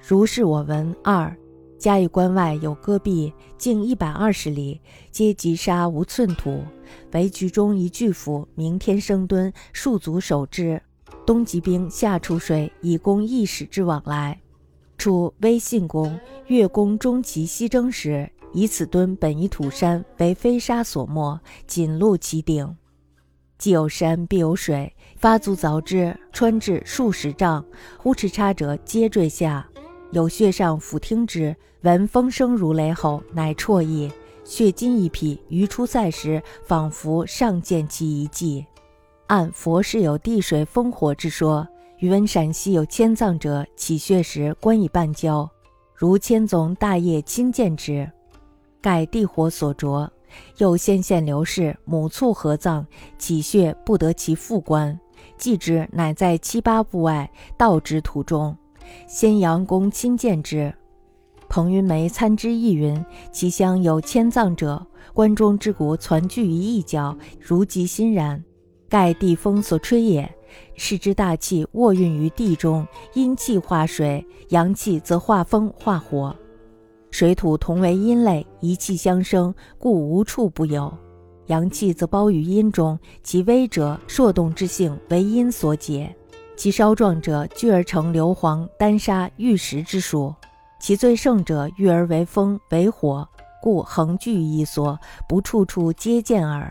如是我闻。二，嘉峪关外有戈壁，径120里，皆积沙无寸土，唯局中一巨府，名天生墩，戍卒守之，冬集兵，夏出水，以供驿使之往来。处威信公、越公中其西征时，以此墩本一土山，为飞沙所没，仅露其顶。既有山，必有水，发足凿之，穿至数十丈，忽咫插者皆坠下。有穴上俯听之，闻风声如雷吼，乃辍意。血筋一匹，余出塞时，仿佛上见其遗迹。按佛事有地水风火之说，余闻陕西有迁葬者，起穴时棺以半焦，如千总大业亲见之，盖地火所着。又先现刘氏母卒合葬，起穴不得其复棺，继之乃在7、8步外道之途中，先阳公亲见之。彭云梅参之亦云，其乡有迁葬者，棺中之骨攒聚于一角，如极欣然，盖地风所吹也。是之大气握运于地中，阴气化水，阳气则化风化火，水土同为阴类，一气相生，故无处不有。阳气则包于阴中，其微者硕动之性为阴所解，其稍壮者聚而成硫磺、丹砂、玉石之属，其最盛者郁而为风为火，故恒聚于一所，不处处皆见耳。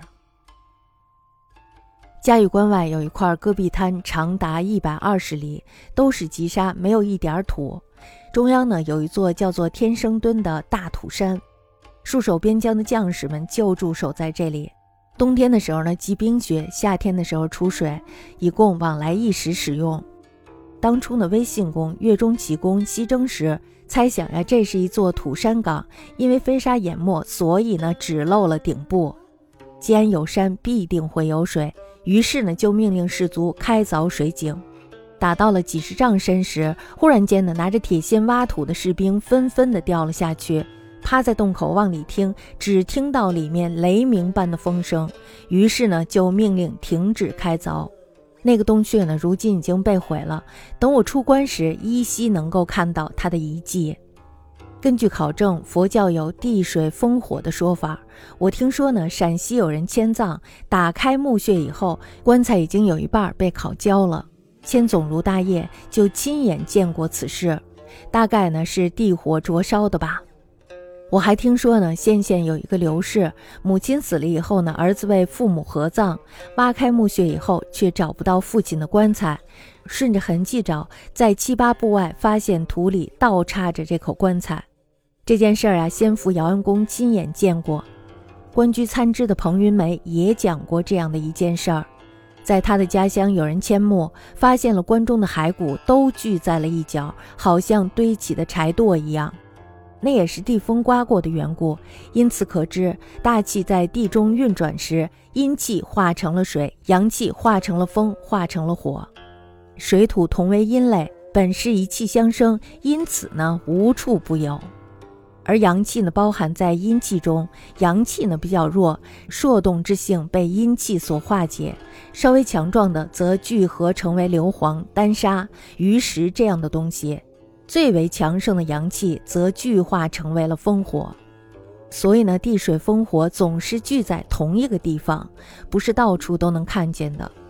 嘉峪关外有一块戈壁滩，长达120里，都是积沙，没有一点土。中央呢有一座叫做天生墩的大土山，戍守边疆的将士们就驻守在这里。冬天的时候呢积冰雪，夏天的时候储水，以供往来一时使用。当初呢威信公、越中齐公西征时，猜想呀这是一座土山港，因为飞沙淹没，所以呢只露了顶部。既然有山，必定会有水，于是呢就命令士卒开凿水井。打到了几十丈深时，忽然间呢拿着铁锨挖土的士兵纷纷的掉了下去，趴在洞口往里听，只听到里面雷鸣般的风声，于是呢就命令停止开凿。那个洞穴呢如今已经被毁了，等我出关时依稀能够看到它的遗迹。根据考证，佛教有地水风火的说法。我听说呢陕西有人迁葬，打开墓穴以后，棺材已经有一半被烤焦了。千总卢大业就亲眼见过此事，大概呢是地火灼烧的吧。我还听说呢县有一个刘氏，母亲死了以后呢，儿子为父母合葬，挖开墓穴以后却找不到父亲的棺材，顺着痕迹找，在7、8步外发现土里倒插着这口棺材。这件事啊，先父姚安公亲眼见过。官居参知的彭云梅也讲过这样的一件事儿。在他的家乡有人迁墓，发现了棺中的骸骨都聚在了一角，好像堆起的柴垛一样。那也是地风刮过的缘故，因此可知大气在地中运转时，阴气化成了水，阳气化成了风，化成了火。水土同为阴类，本是一气相生，因此呢无处不有。而阳气呢包含在阴气中，阳气呢比较弱，硕动之性被阴气所化解，稍微强壮的则聚合成为硫磺、丹砂、玉石这样的东西，最为强盛的阳气则聚化成为了风火。所以呢地水风火总是聚在同一个地方，不是到处都能看见的。